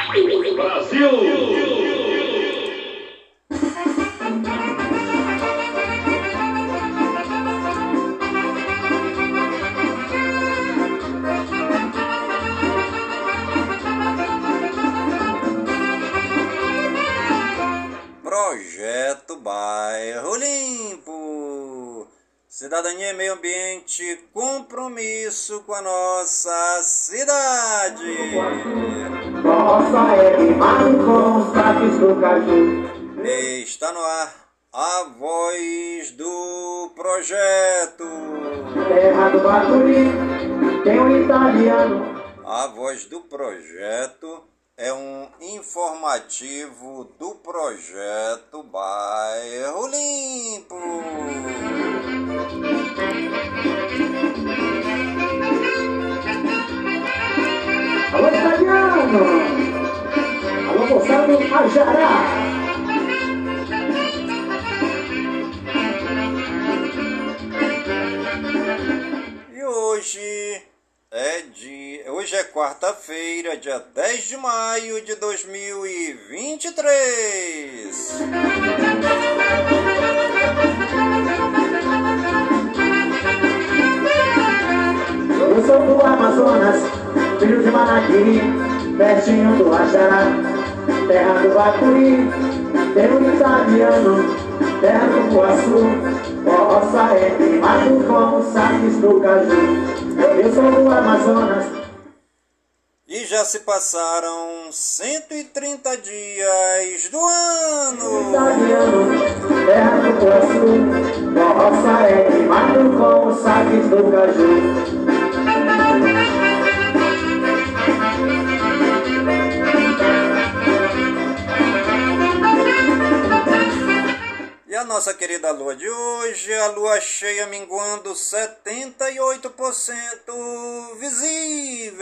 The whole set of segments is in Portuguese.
Brasil! Projeto Bairro Limpo. Cidadania e meio ambiente, compromisso com a nossa cidade. Está no ar a voz do projeto. Terra do Bacuri, tem um italiano. A voz do projeto é um informativo do projeto Bairro Limpo. Alô, italiano! Alô, moçada do Ajará! E hoje é quarta-feira, dia 10 de maio de 2023. Eu sou do Amazonas, filho de Manaquiri, pertinho do Ajará, terra do Bacuri, tem um italiano, terra do Poaçu, roça entre mato com saques do caju. Eu sou do Amazonas. E já se passaram 130 dias do ano. Italiano, terra do Poaçu, roça entre mato com saques do caju. E a nossa querida lua de hoje, a lua cheia minguando 78% visível.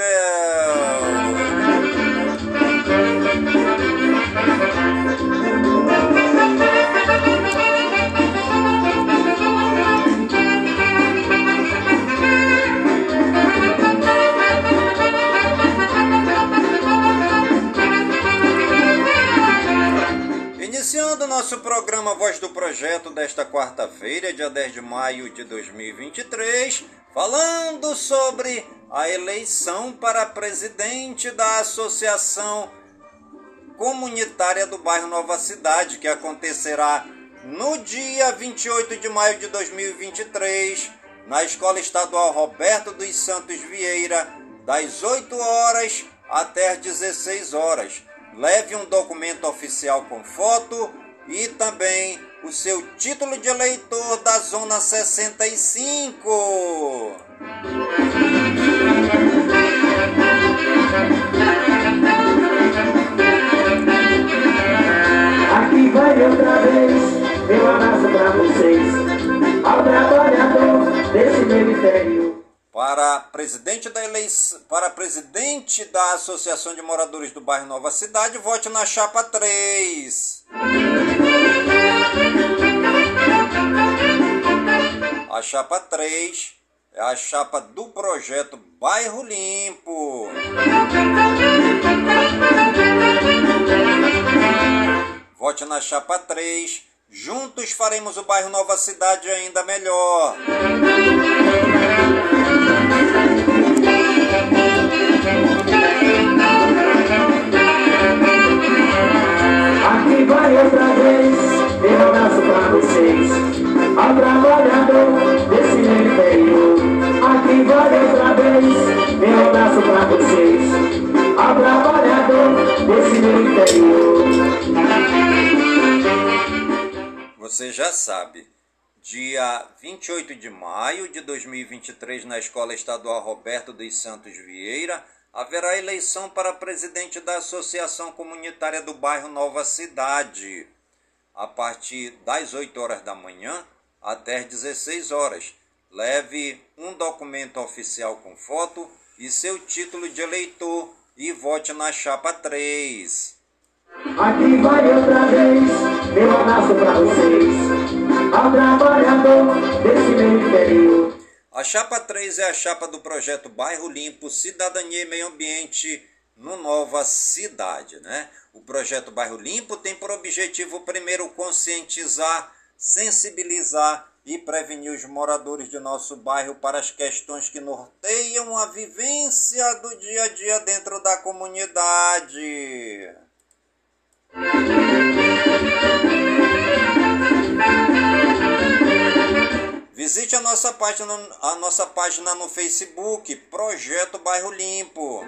Iniciando nosso programa Voz do Projeto desta quarta-feira, dia 10 de maio de 2023, falando sobre a eleição para presidente da Associação Comunitária do Bairro Nova Cidade, que acontecerá no dia 28 de maio de 2023, na Escola Estadual Roberto dos Santos Vieira, das 8 horas até as 16 horas. Leve um documento oficial com foto e também o seu título de eleitor da Zona 65. Aqui vai outra vez, meu abraço pra vocês, ao trabalhador desse meu interior. Para presidente da Associação de Moradores do Bairro Nova Cidade, vote na chapa 3. A chapa 3 é a chapa do projeto Bairro Limpo. Vote na chapa 3. Juntos faremos o bairro Nova Cidade ainda melhor. Aqui vai outra vez, meu abraço pra vocês, ao trabalhador desse meu interior. Aqui vai outra vez, meu abraço pra vocês, ao trabalhador desse meu interior. Você já sabe, dia 28 de maio de 2023, na Escola Estadual Roberto dos Santos Vieira, haverá eleição para presidente da Associação Comunitária do Bairro Nova Cidade, a partir das 8 horas da manhã até as 16 horas. Leve um documento oficial com foto e seu título de eleitor e vote na chapa 3. Aqui vai outra vez, meu abraço pra vocês, ao trabalhador desse meu interior. A chapa 3 é a chapa do projeto Bairro Limpo, Cidadania e Meio Ambiente, no Nova Cidade, né? O projeto Bairro Limpo tem por objetivo, primeiro, conscientizar, sensibilizar e prevenir os moradores de nosso bairro para as questões que norteiam a vivência do dia a dia dentro da comunidade. Visite a nossa página no Facebook, Projeto Bairro Limpo.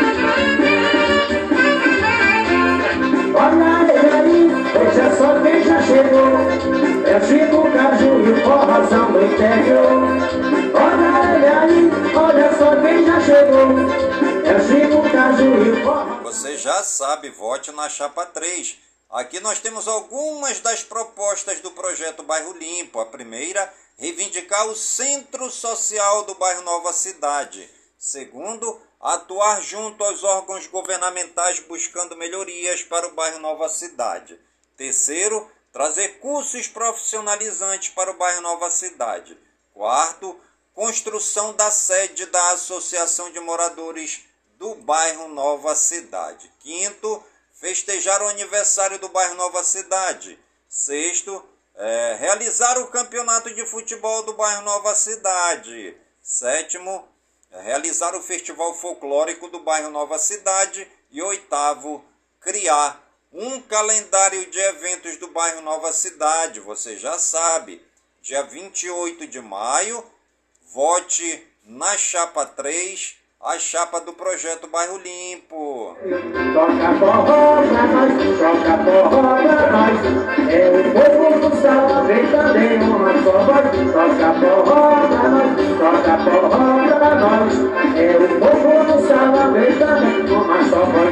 Olha ele aí, veja só quem já chegou. É o Chico Caju e o forrozão do interior. Olha ele aí, olha só quem já chegou. É o Chico Caju e o forrozão. Você já sabe, vote na Chapa 3. Aqui nós temos algumas das propostas do projeto Bairro Limpo. A primeira, reivindicar o centro social do bairro Nova Cidade. Segundo, atuar junto aos órgãos governamentais buscando melhorias para o bairro Nova Cidade. Terceiro, trazer cursos profissionalizantes para o bairro Nova Cidade. Quarto, construção da sede da Associação de Moradores do bairro Nova Cidade. Quinto, festejar o aniversário do bairro Nova Cidade. Sexto, realizar o campeonato de futebol do bairro Nova Cidade. Sétimo, realizar o festival folclórico do bairro Nova Cidade. E oitavo, criar um calendário de eventos do bairro Nova Cidade. Você já sabe, dia 28 de maio, vote na Chapa 3, a chapa do projeto Bairro Limpo. Toca forró pra nós, toca forró pra nós. É o povo do sal, vem também uma só voz. Toca forró pra nós, toca forró pra nós. É o povo do sal, vem também uma só voz.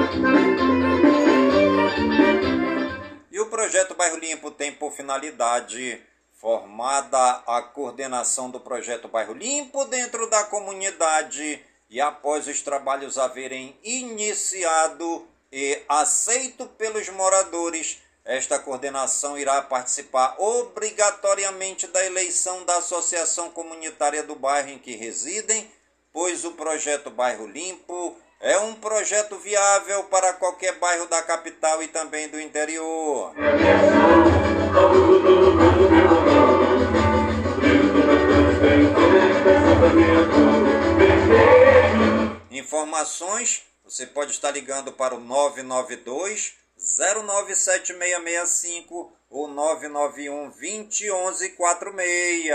E o projeto Bairro Limpo tem por finalidade formada a coordenação do projeto Bairro Limpo dentro da comunidade. E após os trabalhos haverem iniciado e aceito pelos moradores, esta coordenação irá participar obrigatoriamente da eleição da associação comunitária do bairro em que residem, pois o projeto Bairro Limpo é um projeto viável para qualquer bairro da capital e também do interior. Informações, você pode estar ligando para o 992 097665 ou 991 20 11 46.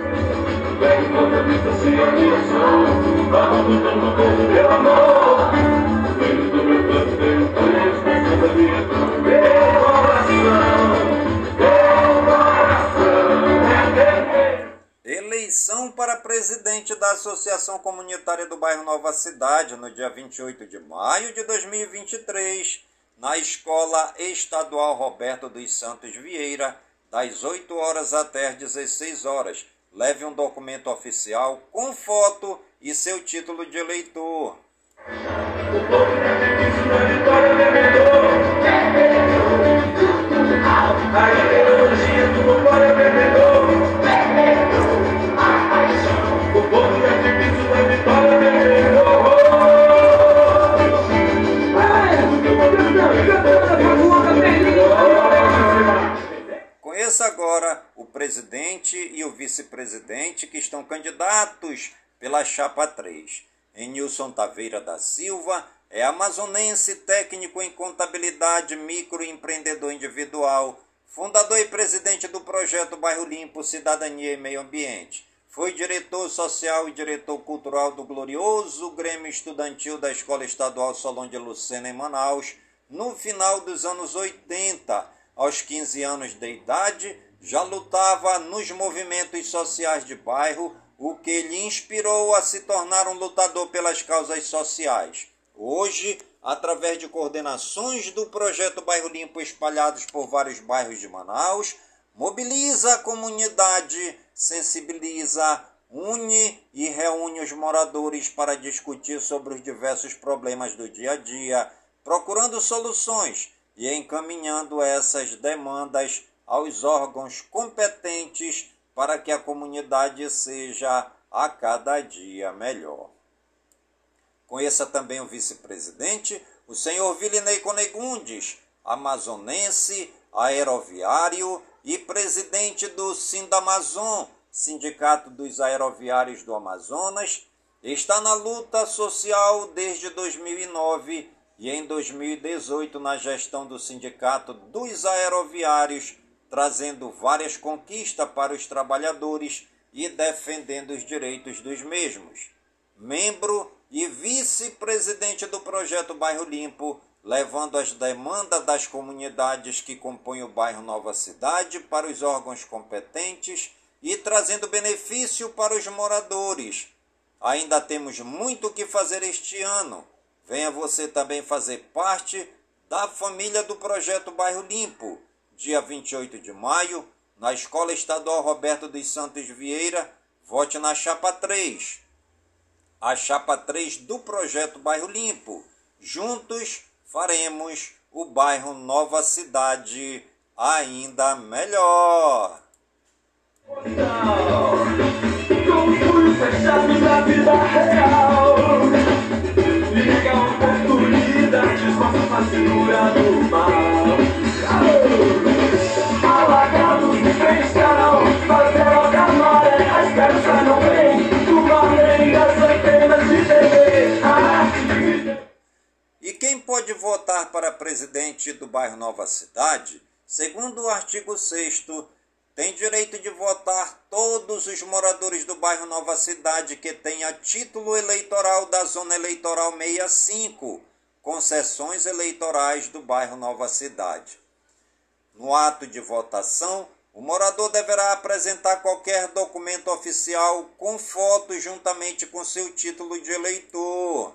Eleição para presidente da Associação Comunitária do Bairro Nova Cidade, no dia 28 de maio de 2023, na Escola Estadual Roberto dos Santos Vieira, das 8 horas até as 16 horas. Leve um documento oficial com foto e seu título de eleitor. Conheça agora o presidente e o vice-presidente que estão candidatos pela Chapa 3. Enilson Taveira da Silva é amazonense, técnico em contabilidade, microempreendedor individual, fundador e presidente do projeto Bairro Limpo, Cidadania e Meio Ambiente. Foi diretor social e diretor cultural do glorioso Grêmio Estudantil da Escola Estadual Solon de Lucena, em Manaus, no final dos anos 80. Aos 15 anos de idade, já lutava nos movimentos sociais de bairro, o que lhe inspirou a se tornar um lutador pelas causas sociais. Hoje, através de coordenações do projeto Bairro Limpo espalhados por vários bairros de Manaus, mobiliza a comunidade, sensibiliza, une e reúne os moradores para discutir sobre os diversos problemas do dia a dia, procurando soluções e encaminhando essas demandas aos órgãos competentes para que a comunidade seja a cada dia melhor. Conheça também o vice-presidente, o senhor Vilinei Conegundes, amazonense, aeroviário e presidente do Sindamazon, Sindicato dos Aeroviários do Amazonas. Está na luta social desde 2009 e em 2018 na gestão do Sindicato dos Aeroviários, trazendo várias conquistas para os trabalhadores e defendendo os direitos dos mesmos. Membro e vice-presidente do projeto Bairro Limpo, levando as demandas das comunidades que compõem o bairro Nova Cidade para os órgãos competentes e trazendo benefício para os moradores. Ainda temos muito o que fazer este ano. Venha você também fazer parte da família do projeto Bairro Limpo. Dia 28 de maio, na Escola Estadual Roberto dos Santos Vieira, vote na Chapa 3. A Chapa 3 do projeto Bairro Limpo. Juntos faremos o bairro Nova Cidade ainda melhor. Com os punhos fechados na vida real, liga oportunidades, nossa fascinura do mal. Alagados pescarão, fazer da maré, a esperança não vem, do mar nem das antenas de TV. E quem pode votar para presidente do bairro Nova Cidade? Segundo o artigo 6º, tem direito de votar todos os moradores do bairro Nova Cidade que tenha título eleitoral da Zona Eleitoral 65, concessões eleitorais do bairro Nova Cidade. No ato de votação, o morador deverá apresentar qualquer documento oficial com foto juntamente com seu título de eleitor.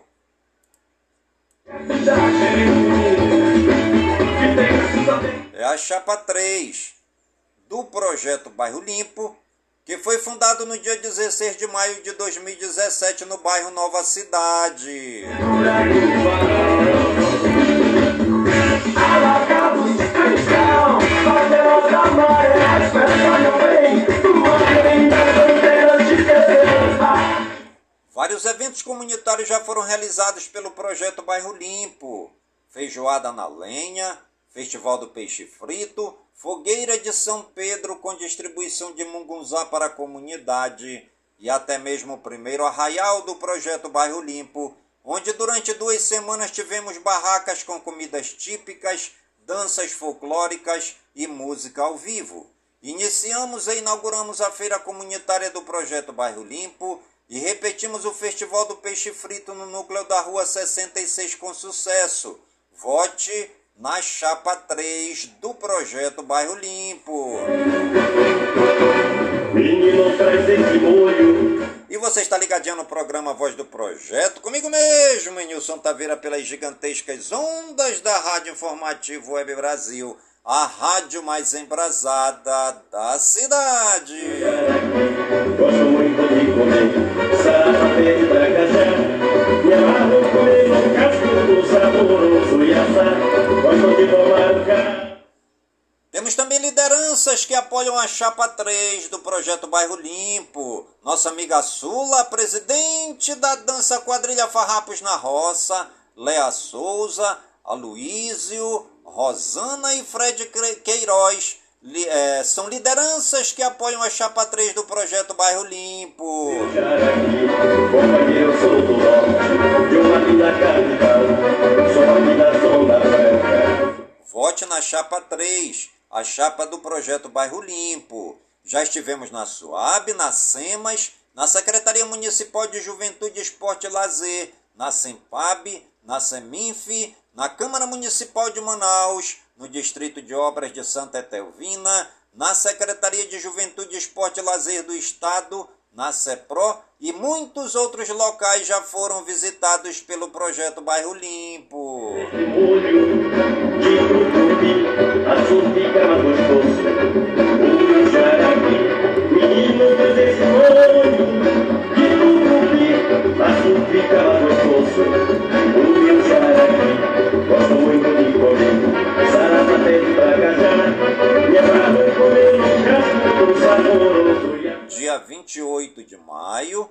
É a Chapa 3 do projeto Bairro Limpo, que foi fundado no dia 16 de maio de 2017 no bairro Nova Cidade. Vários eventos comunitários já foram realizados pelo projeto Bairro Limpo. Feijoada na lenha, Festival do Peixe Frito, Fogueira de São Pedro com distribuição de mungunzá para a comunidade e até mesmo o primeiro arraial do projeto Bairro Limpo, onde durante 2 semanas tivemos barracas com comidas típicas, danças folclóricas e música ao vivo. Iniciamos e inauguramos a feira comunitária do projeto Bairro Limpo e repetimos o Festival do Peixe Frito no núcleo da Rua 66 com sucesso. Vote na Chapa 3 do projeto Bairro Limpo. Menino, traz esse molho. E você está ligadinho no programa Voz do Projeto, comigo mesmo, Nilson Taveira, pelas gigantescas ondas da Rádio Informativo Web Brasil, a rádio mais embrasada da cidade. Gosto muito de comer sarapa verde pra cajá, me amarro comer no cascudo saboroso e assar. Gosto de tomar o café. Temos também lideranças que apoiam a Chapa 3 do projeto Bairro Limpo. Nossa amiga Sula, presidente da Dança Quadrilha Farrapos na Roça, Léa Souza, Aloísio, Rosana e Fred Queiroz. São lideranças que apoiam a Chapa 3 do projeto Bairro Limpo. Companheiro, sou do norte, de uma vida capital, sou a vida zona branca. Vote na Chapa 3, a chapa do projeto Bairro Limpo. Já estivemos na SUAB, na SEMAS, na Secretaria Municipal de Juventude, Esporte e Lazer, na SEMPAB, na SEMINF, na Câmara Municipal de Manaus, no Distrito de Obras de Santa Etelvina, na Secretaria de Juventude, Esporte e Lazer do Estado, na CEPRO e muitos outros locais já foram visitados pelo projeto Bairro Limpo. De tucupi, azul fica mais gostoso. O jaraqui, menino, traz esse molho. De tucupi, azul fica mais gostoso. O jaraqui, gosto muito de comer sarapa verde pra cajá, me amarro comer no casco do saboroso. Dia 28 de maio,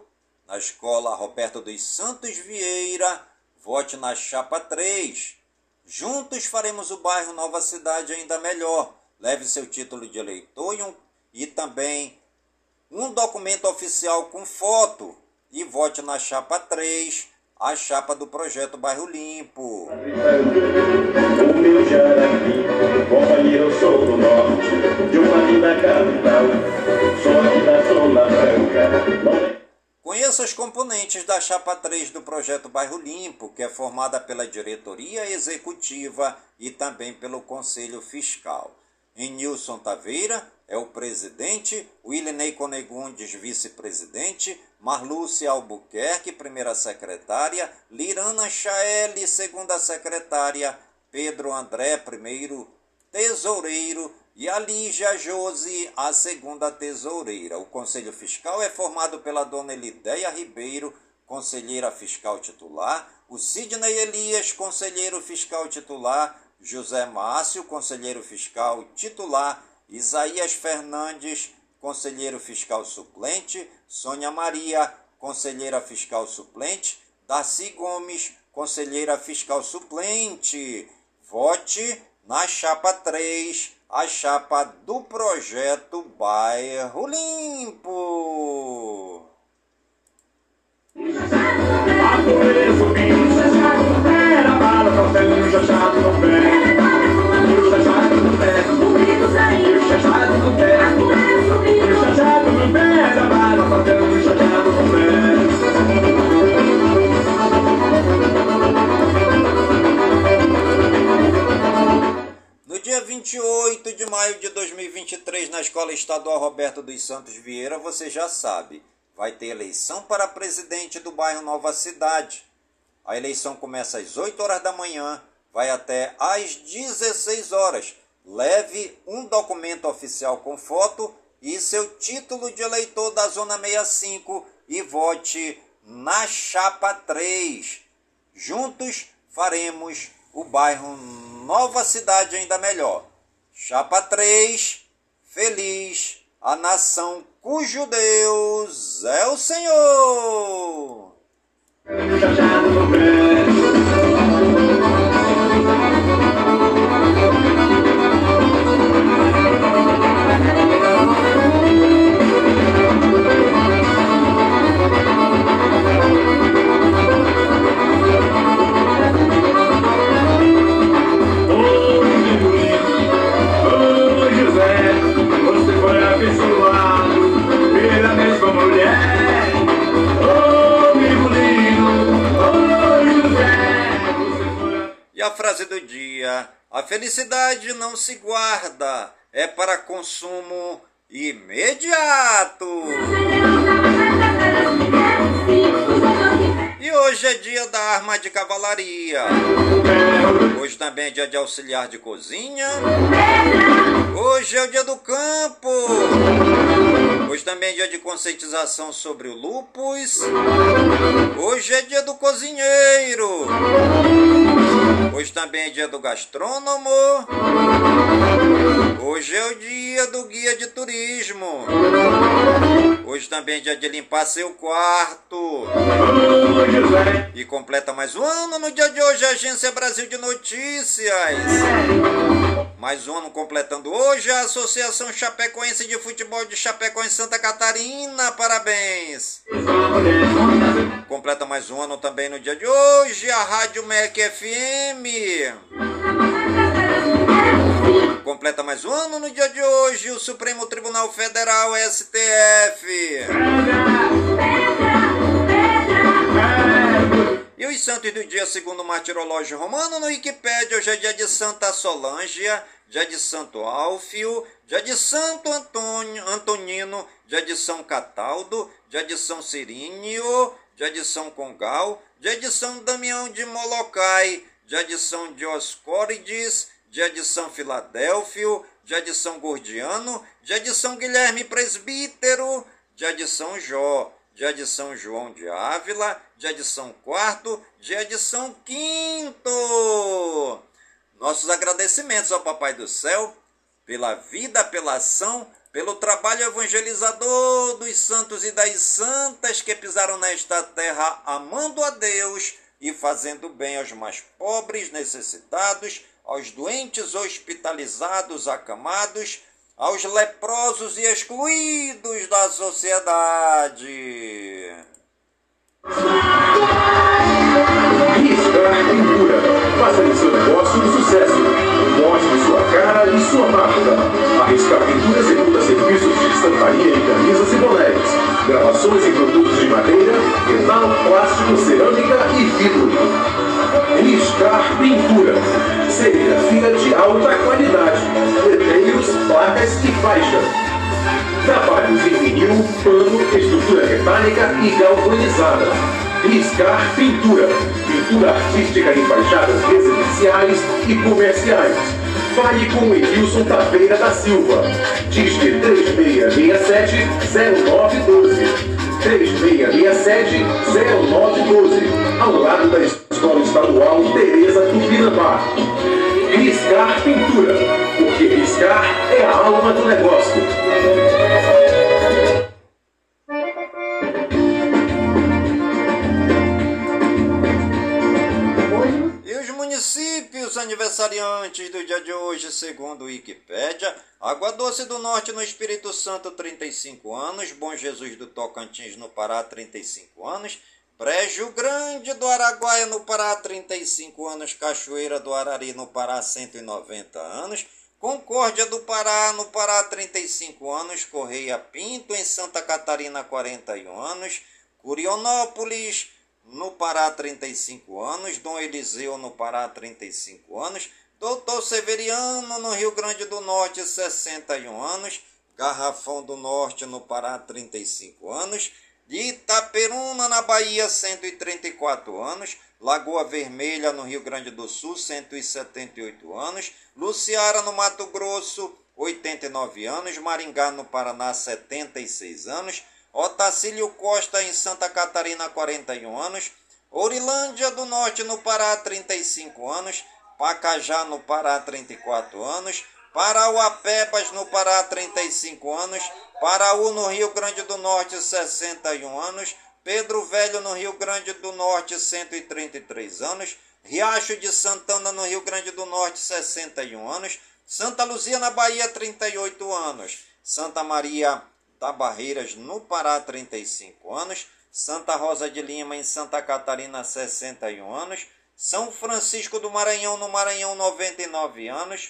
na Escola Roberto dos Santos Vieira, vote na chapa 3. Juntos faremos o bairro Nova Cidade ainda melhor. Leve seu título de eleitor e também um documento oficial com foto e vote na chapa 3, a chapa do projeto Bairro Limpo. O meu Jaraqui, companheiro, eu sou do norte, de uma linda capital, sou aqui da Zona Branca. Conheça os componentes da chapa 3 do projeto Bairro Limpo, que é formada pela diretoria executiva e também pelo Conselho Fiscal. Nilson Taveira é o presidente, Willinei Conegundes, vice-presidente, Marlúcia Albuquerque, primeira secretária, Lirana Chaeli, segunda secretária, Pedro André, primeiro tesoureiro, e a Lígia Josi, a segunda tesoureira. O Conselho Fiscal é formado pela dona Elideia Ribeiro, conselheira fiscal titular, o Sidney Elias, conselheiro fiscal titular, José Márcio, conselheiro fiscal titular, Isaías Fernandes, conselheiro fiscal suplente, Sônia Maria, conselheira fiscal suplente, Darcy Gomes, conselheira fiscal suplente. Vote na chapa 3, a chapa do projeto Bairro Limpo. No dia 28 de maio de 2023, na Escola Estadual Roberto dos Santos Vieira, você já sabe, vai ter eleição para presidente do bairro Nova Cidade. A eleição começa às 8 horas da manhã, vai até às 16 horas. Leve um documento oficial com foto e seu título de eleitor da Zona 65 e vote na chapa 3. Juntos faremos o bairro Nova Cidade ainda melhor. Chapa 3, feliz a nação cujo Deus é o Senhor. E a frase do dia: a felicidade não se guarda, é para consumo imediato. E hoje é dia da arma de cavalaria. Hoje também é dia de auxiliar de cozinha. Hoje é o dia do campo. Hoje também é dia de conscientização sobre o lúpus. Hoje é dia do cozinheiro. Hoje também é dia do gastrônomo. Hoje é o dia do guia de turismo. Hoje também é dia de limpar seu quarto. E completa mais um ano no dia de hoje a Agência Brasil de Notícias. Mais um ano completando hoje a Associação Chapecoense de Futebol de Chapecoense Santa Catarina. Parabéns! Completa mais um ano também no dia de hoje a Rádio MEC FM. Completa mais um ano no dia de hoje o Supremo Tribunal Federal, STF. E os santos do dia segundo o martirológio romano no Wikipédia, hoje é dia de Santa Solângia, dia de Santo Álfio, dia de Santo Antonino, dia de São Cataldo, dia de São Cirínio, dia de São Congal, dia de São Damião de Molokai, dia de São Dioscórides, dia de São Filadélfio, dia de São Gordiano, dia de São Guilherme Presbítero, dia de São Jó, dia de São João de Ávila, dia de São Quarto, dia de São Quinto. Nossos agradecimentos ao Papai do Céu pela vida, pela ação, pelo trabalho evangelizador dos santos e das santas que pisaram nesta terra, amando a Deus e fazendo bem aos mais pobres, necessitados, aos doentes hospitalizados, acamados, aos leprosos e excluídos da sociedade. Riscar Pintura. Faça de seu negócio um sucesso. Mostre sua cara e sua marca. A Riscar Pintura executa serviços de estamparia em camisas e bonés, gravações em produtos de madeira, metal, plástico, cerâmica e vidro. Riscar Pintura. Serigrafia de alta qualidade. Letreiros, placas e faixas. Trabalhos em vinil, pano, estrutura metálica e galvanizada. Riscar Pintura. Pintura artística em fachadas residenciais e comerciais. Fale com Edilson Taveira da Silva. Disque 3667-0912. 3667-0912. Ao lado da Escola Estadual Tereza Tupinambá. Riscar Pintura. Porque riscar é a alma do negócio. Municípios aniversariantes do dia de hoje, segundo o Wikipédia: Água Doce do Norte, no Espírito Santo, 35 anos. Bom Jesus do Tocantins, no Pará, 35 anos. Brejo Grande do Araguaia, no Pará, 35 anos. Cachoeira do Arari, no Pará, 190 anos. Concórdia do Pará, no Pará, 35 anos. Correia Pinto, em Santa Catarina, 41 anos. Curionópolis, no Pará, 35 anos. Dom Eliseu, no Pará, 35 anos. Doutor Severiano, no Rio Grande do Norte, 61 anos. Garrafão do Norte, no Pará, 35 anos. Itaperuna, na Bahia, 134 anos. Lagoa Vermelha, no Rio Grande do Sul, 178 anos. Luciara, no Mato Grosso, 89 anos. Maringá, no Paraná, 76 anos. Otacílio Costa, em Santa Catarina, 41 anos. Ourilândia do Norte, no Pará, 35 anos. Pacajá, no Pará, 34 anos. Parauapebas, no Pará, 35 anos. Paraú, no Rio Grande do Norte, 61 anos. Pedro Velho, no Rio Grande do Norte, 133 anos. Riacho de Santana, no Rio Grande do Norte, 61 anos. Santa Luzia, na Bahia, 38 anos. Santa Maria da Barreiras, no Pará, 35 anos. Santa Rosa de Lima, em Santa Catarina, 61 anos. São Francisco do Maranhão, no Maranhão, 99 anos.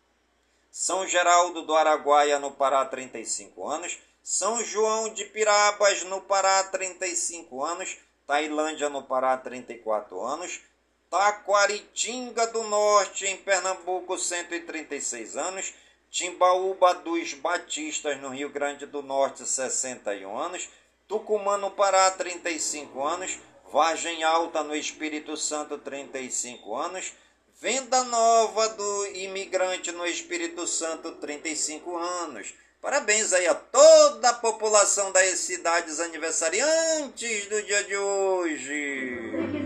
São Geraldo do Araguaia, no Pará, 35 anos. São João de Pirabas, no Pará, 35 anos. Tailândia, no Pará, 34 anos. Taquaritinga do Norte, em Pernambuco, 136 anos. Timbaúba dos Batistas, no Rio Grande do Norte, 61 anos. Tucumã, no Pará, 35 anos. Vargem Alta, no Espírito Santo, 35 anos. Venda Nova do Imigrante, no Espírito Santo, 35 anos. Parabéns aí a toda a população das cidades aniversariantes do dia de hoje.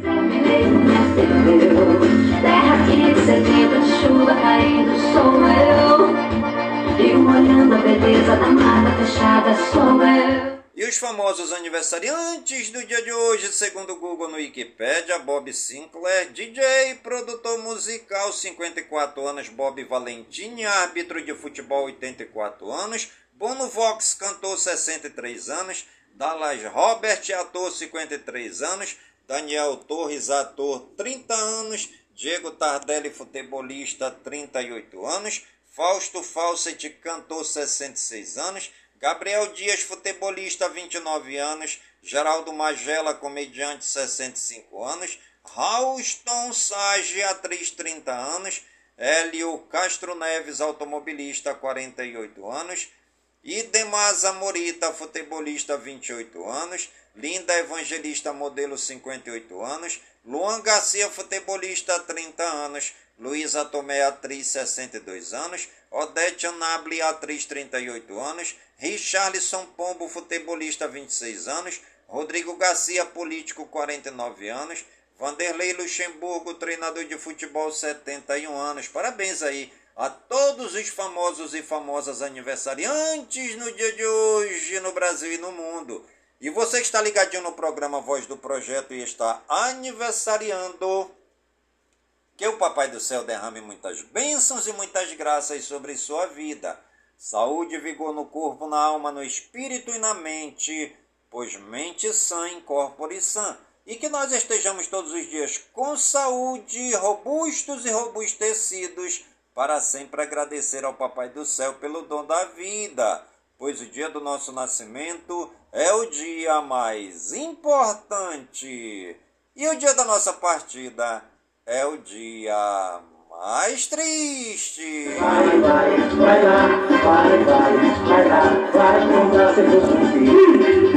Terra quente, sedenta, chuva caindo, sou eu. E molhando a beleza da mata fechada, sou eu. E os famosos aniversariantes do dia de hoje, segundo o Google no Wikipédia: Bob Sinclair, DJ, produtor musical, 54 anos. Bob Valentini, árbitro de futebol, 84 anos. Bono Vox, cantor, 63 anos. Dallas Robert, ator, 53 anos. Daniel Torres, ator, 30 anos. Diego Tardelli, futebolista, 38 anos. Fausto Fawcett, cantor, 66 anos. Gabriel Dias, futebolista, 29 anos. Geraldo Magela, comediante, 65 anos. Raulston Sage, atriz, 30 anos. Hélio Castro Neves, automobilista, 48 anos. Idemasa Morita, futebolista, 28 anos. Linda Evangelista, modelo, 58 anos. Luan Garcia, futebolista, 30 anos. Luísa Tomé, atriz, 62 anos. Odete Anable, atriz, 38 anos. Richarlison Pombo, futebolista, 26 anos. Rodrigo Garcia, político, 49 anos. Vanderlei Luxemburgo, treinador de futebol, 71 anos. Parabéns aí a todos os famosos e famosas aniversariantes no dia de hoje no Brasil e no mundo. E você que está ligadinho no programa Voz do Projeto e está aniversariando, que o Papai do Céu derrame muitas bênçãos e muitas graças sobre sua vida. Saúde e vigor no corpo, na alma, no espírito e na mente, pois mente sã em corpore sã. E que nós estejamos todos os dias com saúde, robustos e robustecidos, para sempre agradecer ao Papai do Céu pelo dom da vida, pois o dia do nosso nascimento é o dia mais importante. E o dia da nossa partida é o dia mais triste. Vai lá, vai lá, vai comprar seu filho.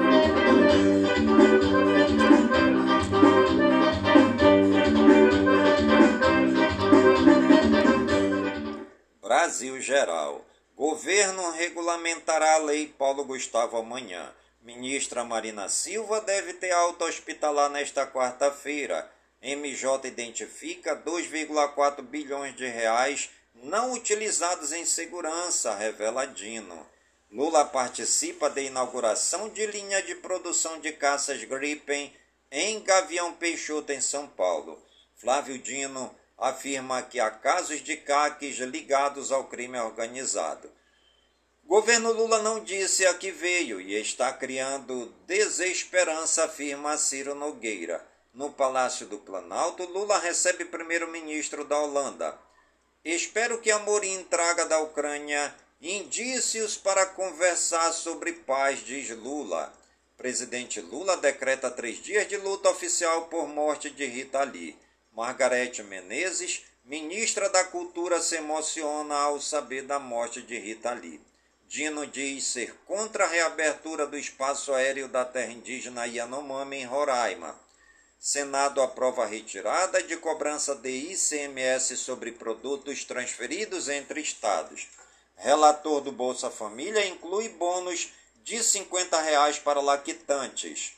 Brasil Geral. Governo regulamentará a lei Paulo Gustavo amanhã. Ministra Marina Silva deve ter alta hospitalar nesta quarta-feira. MJ identifica 2,4 bilhões de reais não utilizados em segurança, revela Dino. Lula participa da inauguração de linha de produção de caças Gripen em Gavião Peixoto, em São Paulo. Flávio Dino afirma que há casos de caques ligados ao crime organizado. Governo Lula não disse a que veio e está criando desesperança, afirma Ciro Nogueira. No Palácio do Planalto, Lula recebe primeiro-ministro da Holanda. Espero que Amorim traga da Ucrânia indícios para conversar sobre paz, diz Lula. Presidente Lula decreta 3 dias de luta oficial por morte de Rita Lee. Margarete Menezes, ministra da Cultura, se emociona ao saber da morte de Rita Lee. Dino diz ser contra a reabertura do espaço aéreo da terra indígena Yanomami, em Roraima. Senado aprova a retirada de cobrança de ICMS sobre produtos transferidos entre estados. Relator do Bolsa Família inclui bônus de R$ 50 para lactantes.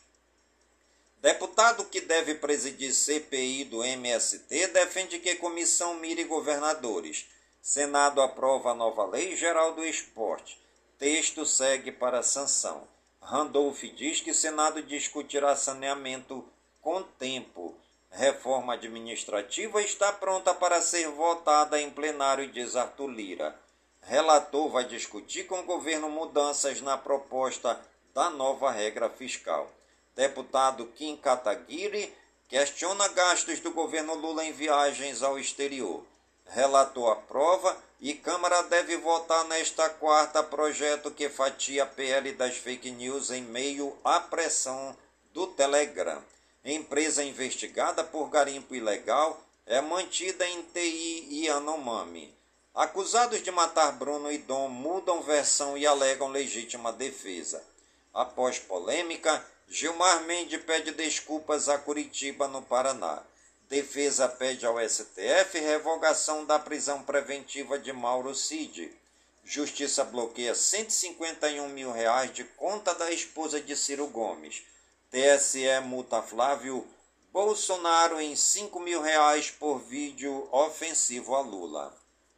Deputado que deve presidir CPI do MST defende que comissão mire governadores. Senado aprova a nova Lei Geral do Esporte. Texto segue para sanção. Randolph diz que Senado discutirá saneamento com tempo. Reforma administrativa está pronta para ser votada em plenário, diz Arthur Lira. Relator vai discutir com o governo mudanças na proposta da nova regra fiscal. Deputado Kim Kataguiri questiona gastos do governo Lula em viagens ao exterior. Relator aprova e Câmara deve votar nesta quarta projeto que fatia a PL das fake news em meio à pressão do Telegram. Empresa investigada por garimpo ilegal é mantida em TI Yanomami. Acusados de matar Bruno e Dom mudam versão e alegam legítima defesa. Após polêmica, Gilmar Mendes pede desculpas a Curitiba, no Paraná. Defesa pede ao STF revogação da prisão preventiva de Mauro Cid. Justiça bloqueia R$ 151 mil de conta da esposa de Ciro Gomes. TSE multa Flávio Bolsonaro em R$ 5 mil por vídeo ofensivo a Lula.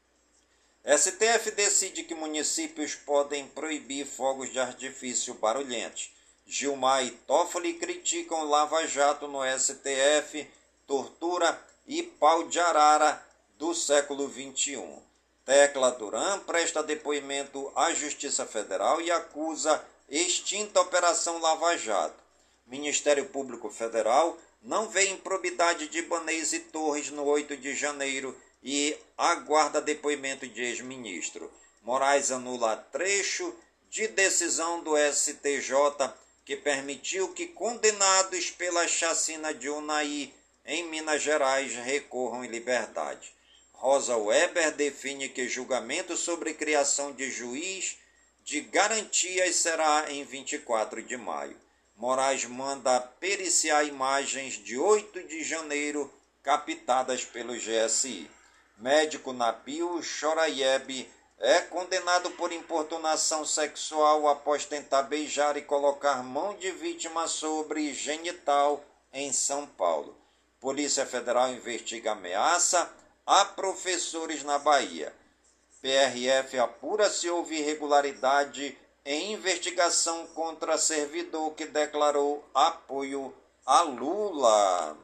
STF decide que municípios podem proibir fogos de artifício barulhentos. Gilmar e Toffoli criticam Lava Jato no STF, tortura e pau de arara do século XXI. Tecla Duran presta depoimento à Justiça Federal e acusa extinta Operação Lava Jato. Ministério Público Federal não vê improbidade de Ibanez e Torres no 8 de janeiro e aguarda depoimento de ex-ministro. Moraes anula trecho de decisão do STJ que permitiu que condenados pela chacina de Unai em Minas Gerais recorram em liberdade. Rosa Weber define que julgamento sobre criação de juiz de garantias será em 24 de maio. Moraes manda periciar imagens de 8 de janeiro captadas pelo GSI. Médico Nabil Choraieb é condenado por importunação sexual após tentar beijar e colocar mão de vítima sobre genital em São Paulo. Polícia Federal investiga ameaça a professores na Bahia. PRF apura se houve irregularidade em investigação contra servidor que declarou apoio a Lula.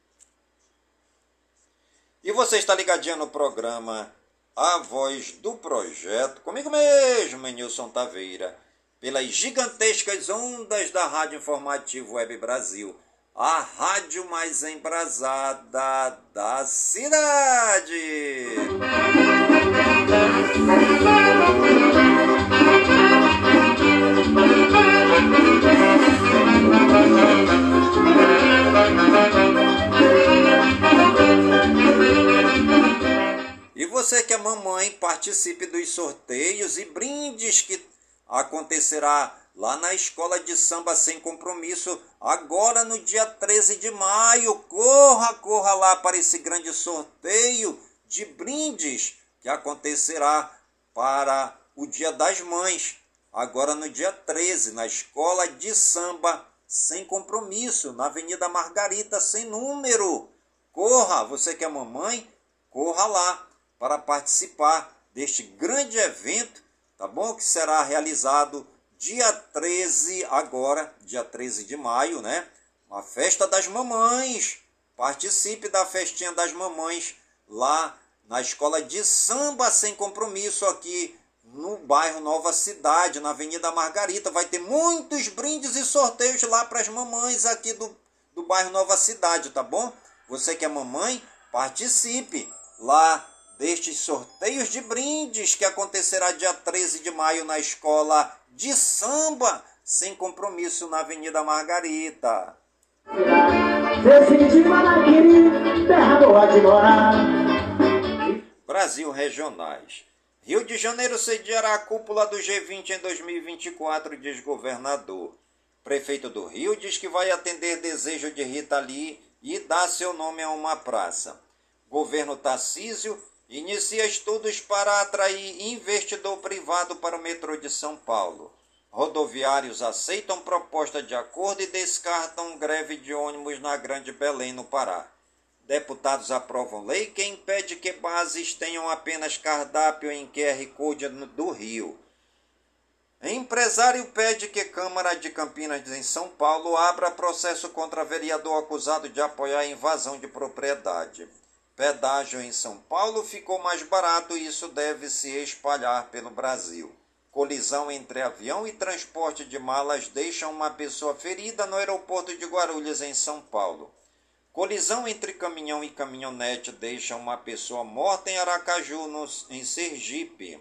E você está ligadinho no programa A Voz do Projeto, comigo mesmo, Nilson Taveira, pelas gigantescas ondas da Rádio Informativo Web Brasil, a rádio mais embrasada da cidade. E você que é mamãe, participe dos sorteios e brindes que acontecerá lá na Escola de Samba Sem Compromisso, agora no dia 13 de maio. Corra lá para esse grande sorteio de brindes que acontecerá para o Dia das Mães, agora no dia 13, na Escola de Samba Sem Compromisso, na Avenida Margarita, sem número. Corra, você que é mamãe, corra lá para participar deste grande evento, tá bom? Que será realizado dia 13, agora, dia 13 de maio, né? Uma festa das mamães. Participe da festinha das mamães lá na Escola de Samba Sem Compromisso, aqui no bairro Nova Cidade, na Avenida Margarita. Vai ter muitos brindes e sorteios lá para as mamães aqui do bairro Nova Cidade, tá bom? Você que é mamãe, participe lá destes sorteios de brindes que acontecerá dia 13 de maio na Escola de Samba Sem Compromisso, na Avenida Margarita. Brasil Regionais. Rio de Janeiro sediará a cúpula do G20 em 2024, diz governador. Prefeito do Rio diz que vai atender desejo de Rita Lee e dar seu nome a uma praça. Governo Tarcísio inicia estudos para atrair investidor privado para o metrô de São Paulo. Rodoviários aceitam proposta de acordo e descartam greve de ônibus na Grande Belém, no Pará. Deputados aprovam lei que impede que bases tenham apenas cardápio em QR Code do Rio. Empresário pede que Câmara de Campinas, em São Paulo, abra processo contra vereador acusado de apoiar a invasão de propriedade. Pedágio em São Paulo ficou mais barato e isso deve se espalhar pelo Brasil. Colisão entre avião e transporte de malas deixa uma pessoa ferida no aeroporto de Guarulhos, em São Paulo. Colisão entre caminhão e caminhonete deixa uma pessoa morta em Aracaju, em Sergipe.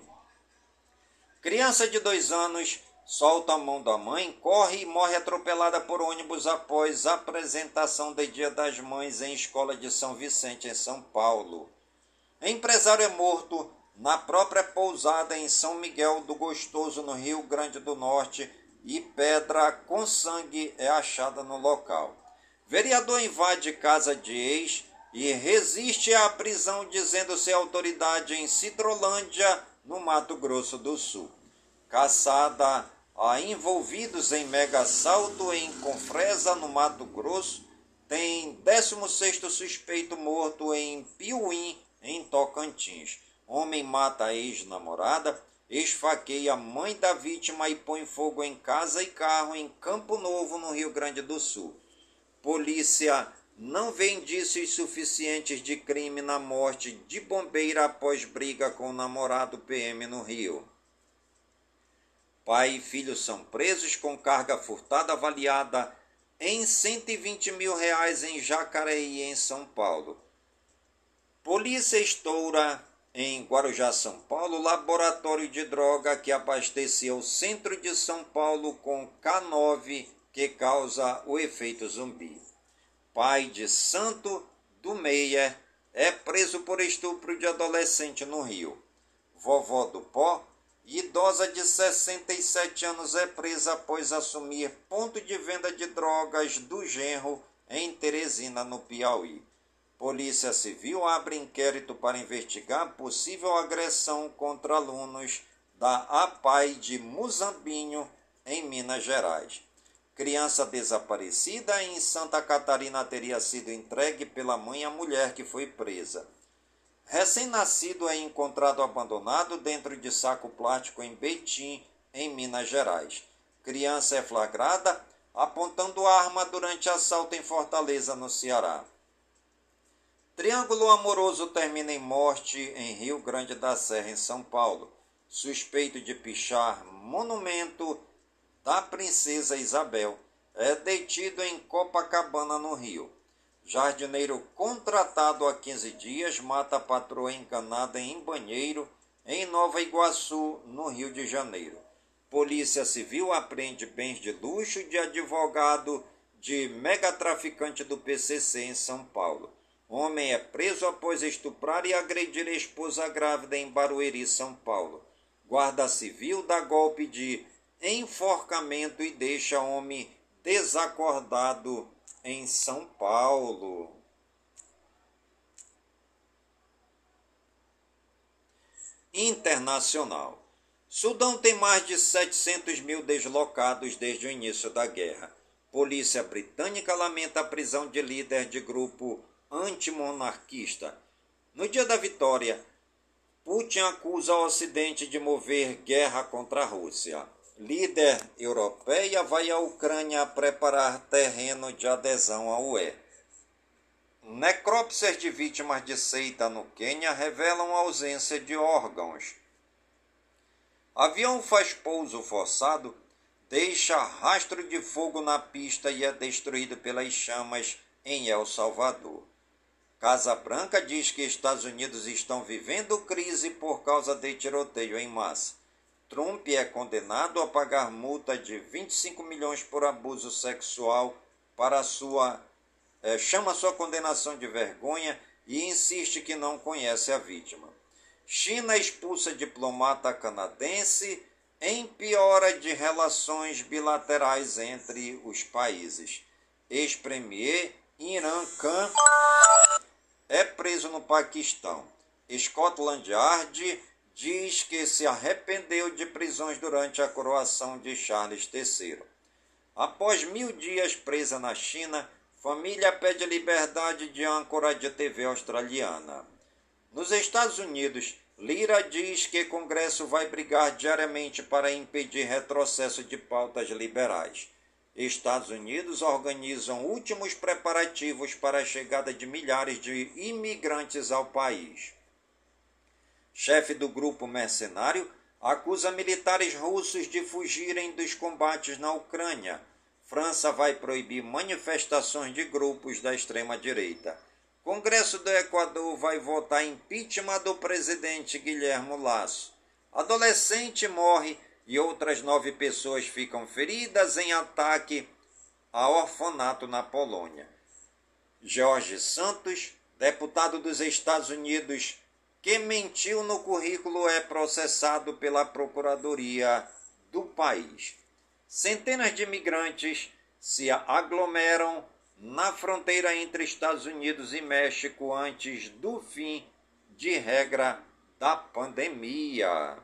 Criança de 2 anos solta a mão da mãe, corre e morre atropelada por ônibus após apresentação de Dia das Mães em escola de São Vicente, em São Paulo. Empresário é morto na própria pousada em São Miguel do Gostoso, no Rio Grande do Norte, e pedra com sangue é achada no local. Vereador invade casa de ex e resiste à prisão, dizendo ser autoridade em Cidrolândia, no Mato Grosso do Sul. Caçada a envolvidos em mega assalto em Confresa, no Mato Grosso, tem 16º suspeito morto em Piuí, em Tocantins. Homem mata a ex-namorada, esfaqueia a mãe da vítima e põe fogo em casa e carro em Campo Novo, no Rio Grande do Sul. Polícia não vê indícios suficientes de crime na morte de bombeira após briga com o namorado PM no Rio. Pai e filho são presos com carga furtada avaliada em R$120 mil em Jacareí, em São Paulo. Polícia estoura em Guarujá, São Paulo, laboratório de droga que abastecia o centro de São Paulo com K9, que causa o efeito zumbi. Pai de Santo do Meia é preso por estupro de adolescente no Rio. Vovó do Pó, idosa de 67 anos, é presa após assumir ponto de venda de drogas do genro em Teresina, no Piauí. Polícia Civil abre inquérito para investigar possível agressão contra alunos da APAI de Muzambinho, em Minas Gerais. Criança desaparecida em Santa Catarina teria sido entregue pela mãe à mulher que foi presa. Recém-nascido é encontrado abandonado dentro de saco plástico em Betim, em Minas Gerais. Criança é flagrada apontando arma durante assalto em Fortaleza, no Ceará. Triângulo amoroso termina em morte em Rio Grande da Serra, em São Paulo. Suspeito de pichar monumento da Princesa Isabel é detido em Copacabana, no Rio. Jardineiro contratado há 15 dias mata a patroa enganada em banheiro em Nova Iguaçu, no Rio de Janeiro. Polícia Civil apreende bens de luxo de advogado de megatraficante do PCC em São Paulo. Homem é preso após estuprar e agredir a esposa grávida em Barueri, São Paulo. Guarda Civil dá golpe de enforcamento e deixa homem desacordado em São Paulo. Internacional. Sudão tem mais de 700 mil deslocados desde o início da guerra. Polícia britânica lamenta a prisão de líder de grupo antimonarquista. No dia da vitória, Putin acusa o Ocidente de mover guerra contra a Rússia. Líder europeia vai à Ucrânia preparar terreno de adesão à UE. Necrópsias de vítimas de seita no Quênia revelam ausência de órgãos. Avião faz pouso forçado, deixa rastro de fogo na pista e é destruído pelas chamas em El Salvador. Casa Branca diz que Estados Unidos estão vivendo crise por causa de tiroteio em massa. Trump é condenado a pagar multa de 25 milhões por abuso sexual chama sua condenação de vergonha e insiste que não conhece a vítima. China expulsa diplomata canadense em piora de relações bilaterais entre os países. Ex-premier Imran Khan é preso no Paquistão. Scotland Yard diz que se arrependeu de prisões durante a coroação de Charles III. Após 1000 dias presa na China, família pede liberdade de âncora de TV australiana. Nos Estados Unidos, Lira diz que Congresso vai brigar diariamente para impedir retrocesso de pautas liberais. Estados Unidos organizam últimos preparativos para a chegada de milhares de imigrantes ao país. Chefe do grupo mercenário acusa militares russos de fugirem dos combates na Ucrânia. França vai proibir manifestações de grupos da extrema-direita. Congresso do Equador vai votar impeachment do presidente Guilherme Lasso. Adolescente morre e outras 9 pessoas ficam feridas em ataque a orfanato na Polônia. Jorge Santos, deputado dos Estados Unidos, que mentiu no currículo, é processado pela Procuradoria do país. Centenas de imigrantes se aglomeram na fronteira entre Estados Unidos e México antes do fim de regra da pandemia.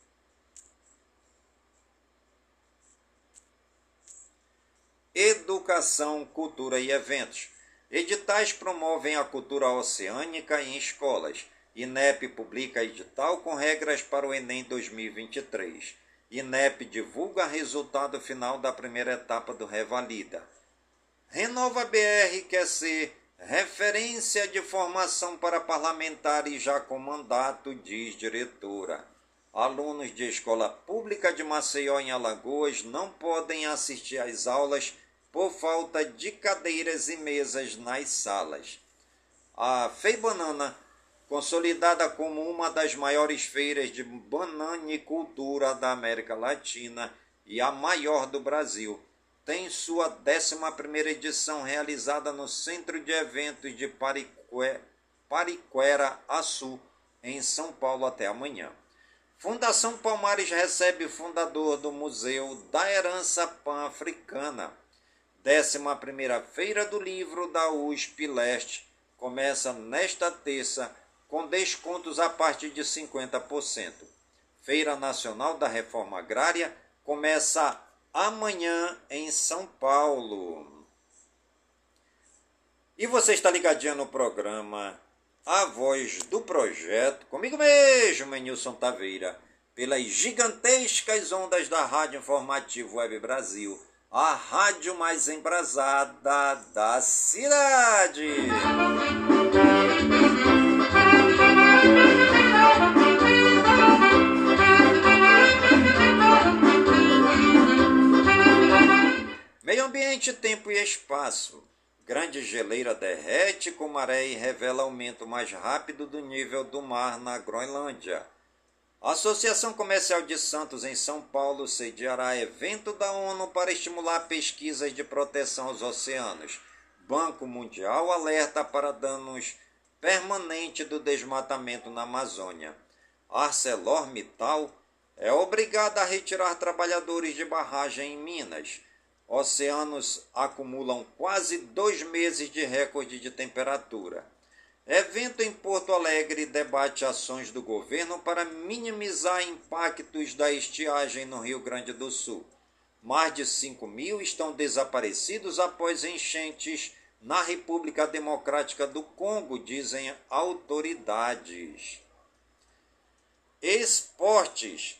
Educação, cultura e eventos. Editais promovem a cultura oceânica em escolas. INEP publica edital com regras para o Enem 2023. INEP divulga resultado final da primeira etapa do Revalida. Renova BR quer ser referência de formação para parlamentares já com mandato, diz diretora. Alunos de escola pública de Maceió, em Alagoas, não podem assistir às aulas por falta de cadeiras e mesas nas salas. A FeiBanana, consolidada como uma das maiores feiras de bananicultura da América Latina e a maior do Brasil, tem sua 11ª edição realizada no Centro de Eventos de Pariquera-Açu, em São Paulo, até amanhã. Fundação Palmares recebe fundador do Museu da Herança Pan-Africana. 11ª Feira do Livro da USP Leste começa nesta terça, com descontos a partir de 50%. Feira Nacional da Reforma Agrária começa amanhã em São Paulo. E você está ligadinho no programa a voz do projeto, comigo mesmo, Nilson Taveira, pelas gigantescas ondas da Rádio Informativo Web Brasil, a rádio mais embrasada da cidade. Meio ambiente, tempo e espaço. Grande geleira derrete com maré e revela aumento mais rápido do nível do mar na Groenlândia. A Associação Comercial de Santos, em São Paulo, sediará evento da ONU para estimular pesquisas de proteção aos oceanos. Banco Mundial alerta para danos permanentes do desmatamento na Amazônia. ArcelorMittal é obrigada a retirar trabalhadores de barragem em Minas. Oceanos acumulam quase 2 meses de recorde de temperatura. Evento em Porto Alegre debate ações do governo para minimizar impactos da estiagem no Rio Grande do Sul. Mais de 5.000 estão desaparecidos após enchentes na República Democrática do Congo, dizem autoridades. Esportes.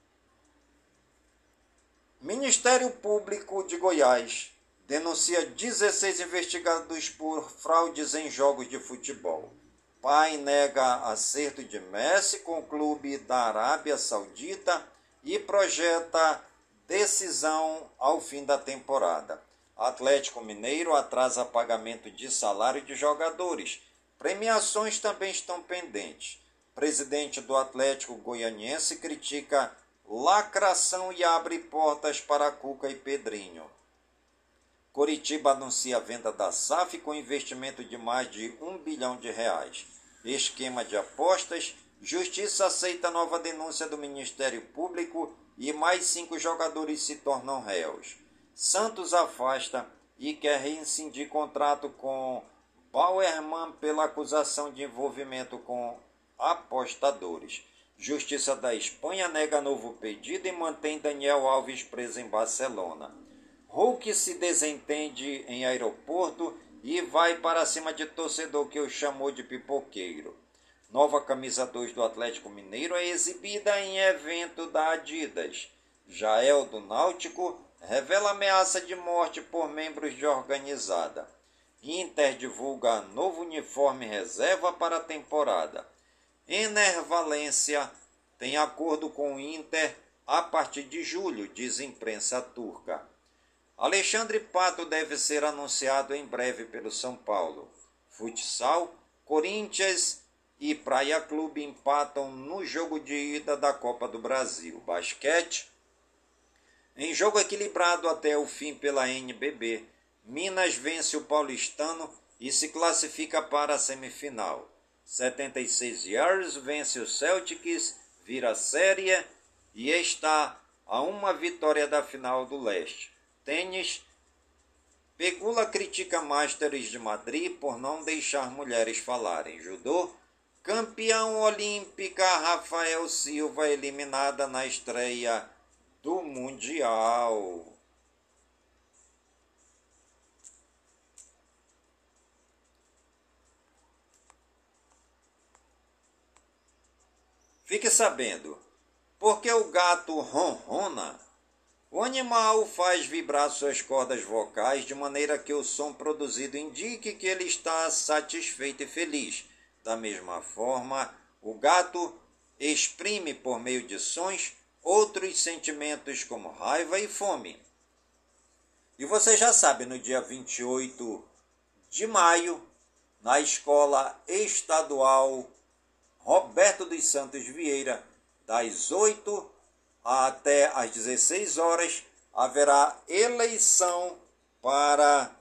Ministério Público de Goiás denuncia 16 investigados por fraudes em jogos de futebol. Pai nega acerto de Messi com o clube da Arábia Saudita e projeta decisão ao fim da temporada. Atlético Mineiro atrasa pagamento de salário de jogadores. Premiações também estão pendentes. Presidente do Atlético Goianiense critica lacração e abre portas para Cuca e Pedrinho. Coritiba anuncia a venda da SAF com investimento de mais de R$1 bilhão. Esquema de apostas, Justiça aceita nova denúncia do Ministério Público e mais 5 jogadores se tornam réus. Santos afasta e quer rescindir contrato com Bauerman pela acusação de envolvimento com apostadores. Justiça da Espanha nega novo pedido e mantém Daniel Alves preso em Barcelona. Hulk se desentende em aeroporto e vai para cima de torcedor que o chamou de pipoqueiro. Nova camisa 2 do Atlético Mineiro é exibida em evento da Adidas. Jael do Náutico revela ameaça de morte por membros de organizada. Inter divulga novo uniforme reserva para a temporada. Ener Valência tem acordo com o Inter a partir de julho, diz imprensa turca. Alexandre Pato deve ser anunciado em breve pelo São Paulo. Futsal, Corinthians e Praia Clube empatam no jogo de ida da Copa do Brasil. Basquete, em jogo equilibrado até o fim pela NBB, Minas vence o Paulistano e se classifica para a semifinal. 76 Yards vence o Celtics, vira a série e está a uma vitória da final do leste. Tênis, Pegula critica Masters de Madrid por não deixar mulheres falarem. Judô, campeão olímpica Rafael Silva eliminada na estreia do Mundial. Fique sabendo, porque o gato ronrona, o animal faz vibrar suas cordas vocais de maneira que o som produzido indique que ele está satisfeito e feliz. Da mesma forma, o gato exprime por meio de sons outros sentimentos como raiva e fome. E você já sabe, no dia 28 de maio, na Escola Estadual Roberto dos Santos Vieira, das 8 até às 16 horas, haverá eleição para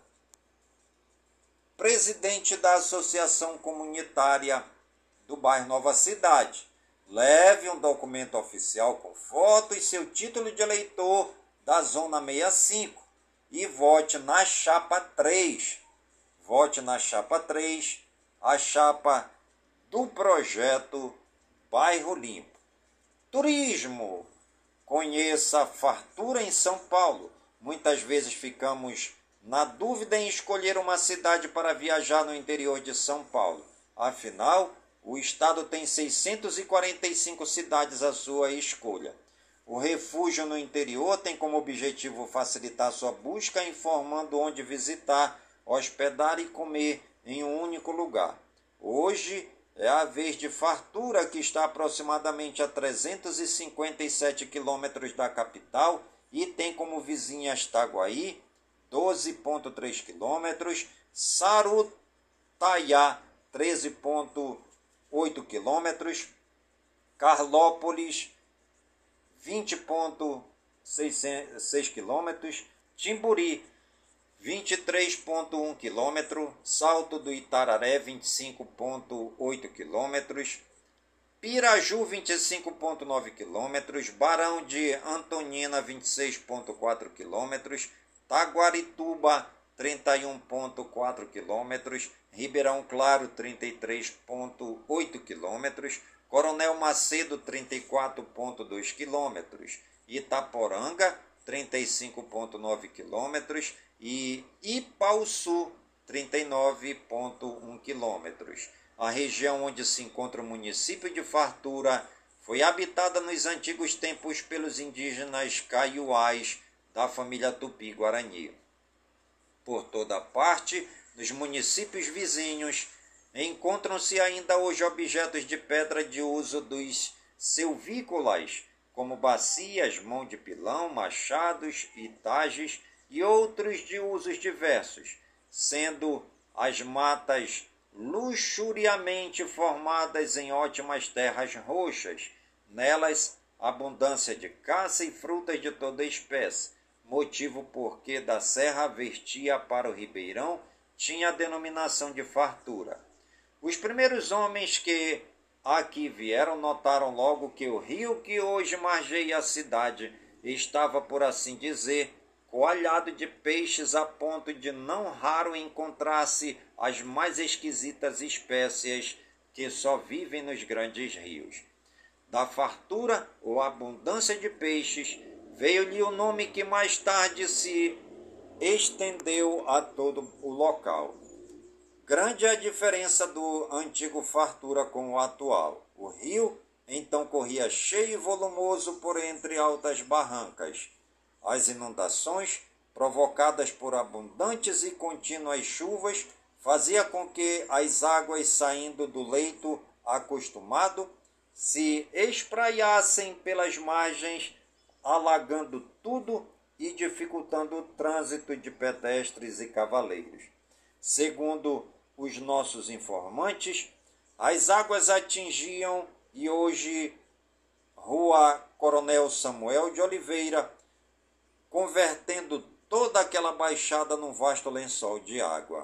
presidente da Associação Comunitária do bairro Nova Cidade. Leve um documento oficial com foto e seu título de eleitor da Zona 65 e vote na chapa 3. Vote na chapa 3, a chapa do projeto Bairro Limpo. Turismo. Conheça a fartura em São Paulo. Muitas vezes ficamos na dúvida em escolher uma cidade para viajar no interior de São Paulo. Afinal, o estado tem 645 cidades à sua escolha. O refúgio no interior tem como objetivo facilitar sua busca, informando onde visitar, hospedar e comer em um único lugar. Hoje é a vez de Fartura, que está aproximadamente a 357 quilômetros da capital e tem como vizinhas Taguaí, 12,3 quilômetros, Sarutaiá, 13,8 quilômetros, Carlópolis, 20,6 quilômetros, Timburi, 23,1 km, Salto do Itararé, 25,8 km, Piraju, 25,9 km, Barão de Antonina, 26,4 km, Taguarituba, 31,4 km, Ribeirão Claro, 33,8 km, Coronel Macedo, 34,2 km, Itaporanga, 35,9 km e Ipauçu, 39,1 km. A região onde se encontra o município de Fartura foi habitada nos antigos tempos pelos indígenas caiuás da família Tupi-Guarani. Por toda parte, nos municípios vizinhos, encontram-se ainda hoje objetos de pedra de uso dos silvícolas, como bacias, mão de pilão, machados e tajes, e outros de usos diversos, sendo as matas luxuriamente formadas em ótimas terras roxas, nelas abundância de caça e frutas de toda espécie, motivo porque da serra vertia para o ribeirão tinha a denominação de Fartura. Os primeiros homens que aqui vieram notaram logo que o rio que hoje margeia a cidade estava, por assim dizer, coalhado de peixes a ponto de não raro encontrar-se as mais esquisitas espécies que só vivem nos grandes rios. Da fartura ou abundância de peixes veio-lhe o nome que mais tarde se estendeu a todo o local. Grande é a diferença do antigo Fartura com o atual. O rio então corria cheio e volumoso por entre altas barrancas. As inundações, provocadas por abundantes e contínuas chuvas, fazia com que as águas, saindo do leito acostumado, se espraiassem pelas margens, alagando tudo e dificultando o trânsito de pedestres e cavaleiros. Segundo os nossos informantes, as águas atingiam e hoje Rua Coronel Samuel de Oliveira, convertendo toda aquela baixada num vasto lençol de água.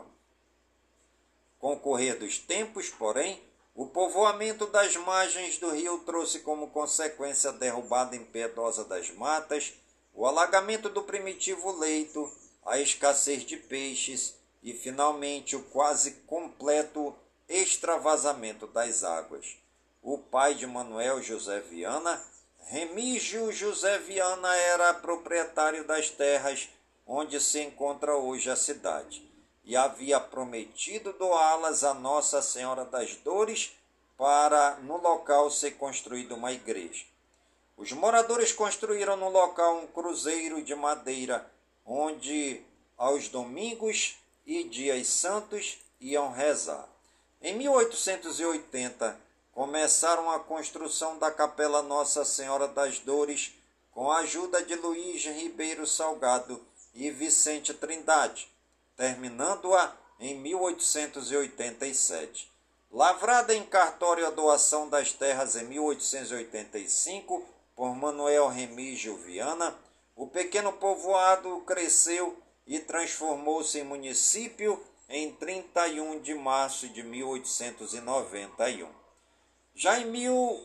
Com o correr dos tempos, porém, o povoamento das margens do rio trouxe como consequência a derrubada impiedosa das matas, o alagamento do primitivo leito, a escassez de peixes e, finalmente, o quase completo extravasamento das águas. O pai de Manuel José Viana, Remígio José Viana, era proprietário das terras onde se encontra hoje a cidade e havia prometido doá-las a Nossa Senhora das Dores para no local ser construída uma igreja. Os moradores construíram no local um cruzeiro de madeira onde aos domingos e dias santos iam rezar. Em 1880, começaram a construção da Capela Nossa Senhora das Dores com a ajuda de Luiz Ribeiro Salgado e Vicente Trindade, terminando-a em 1887. Lavrada em cartório a doação das terras em 1885 por Manuel Remígio Viana, o pequeno povoado cresceu e transformou-se em município em 31 de março de 1891. Já em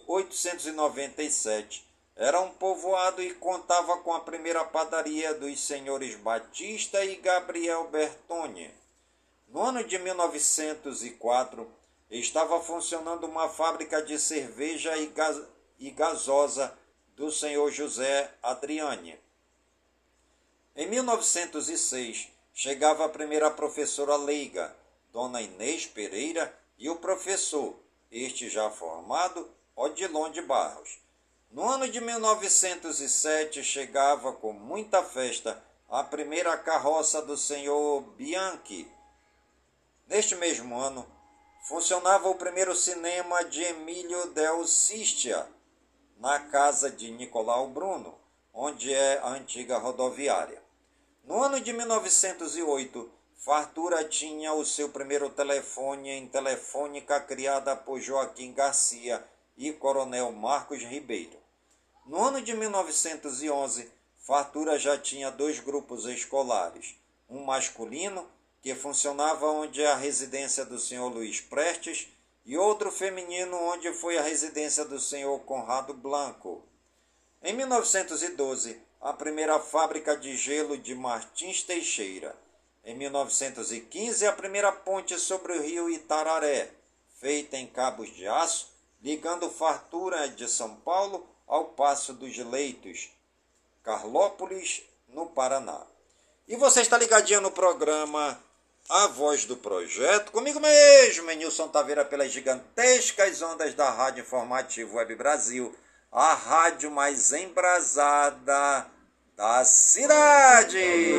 1897, era um povoado e contava com a primeira padaria dos senhores Batista e Gabriel Bertoni. No ano de 1904, estava funcionando uma fábrica de cerveja e gasosa do senhor José Adriani. Em 1906, chegava a primeira professora leiga, Dona Inês Pereira, e o professor, este já formado, Odilon de Barros. No ano de 1907 chegava com muita festa a primeira carroça do senhor Bianchi. Neste mesmo ano, funcionava o primeiro cinema de Emílio Del Sistia, na casa de Nicolau Bruno, onde é a antiga rodoviária. No ano de 1908, Fartura tinha o seu primeiro telefone em telefônica criada por Joaquim Garcia e Coronel Marcos Ribeiro. No ano de 1911, Fartura já tinha 2 grupos escolares, um masculino, que funcionava onde é a residência do senhor Luiz Prestes, e outro feminino, onde foi a residência do senhor Conrado Blanco. Em 1912, a primeira fábrica de gelo de Martins Teixeira. Em 1915, a primeira ponte sobre o rio Itararé, feita em cabos de aço, ligando Fartura de São Paulo ao Passo dos Leitos, Carlópolis, no Paraná. E você está ligadinho no programa A Voz do Projeto, comigo mesmo, Nilson Taveira, pelas gigantescas ondas da Rádio Informativo Web Brasil, a rádio mais embrasada da cidade.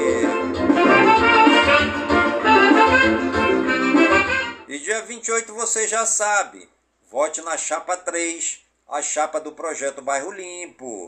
E dia 28 você já sabe, vote na chapa 3, a chapa do Projeto Bairro Limpo.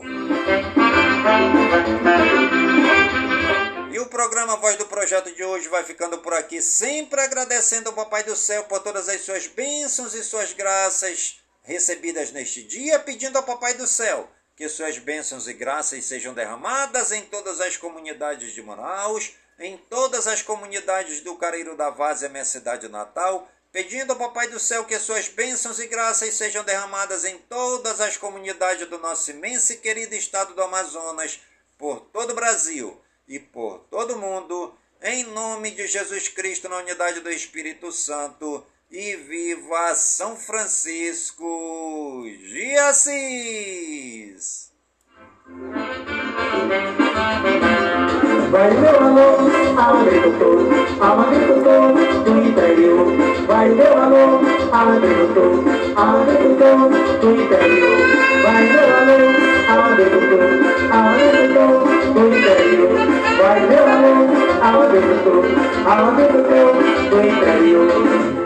E o programa Voz do Projeto de hoje vai ficando por aqui, sempre agradecendo ao Papai do Céu por todas as suas bênçãos e suas graças recebidas neste dia, pedindo ao Papai do Céu que suas bênçãos e graças sejam derramadas em todas as comunidades de Manaus, em todas as comunidades do Careiro da Várzea, minha cidade natal, pedindo ao Papai do Céu que suas bênçãos e graças sejam derramadas em todas as comunidades do nosso imenso e querido estado do Amazonas, por todo o Brasil e por todo o mundo, em nome de Jesus Cristo, na unidade do Espírito Santo, e viva São Francisco de Assis! Vai meu alô, ao agricultor do interior. Vai meu alô, ao agricultor do interior. Vai meu alô, ao agricultor do interior. Vai meu alô, ao agricultor do interior.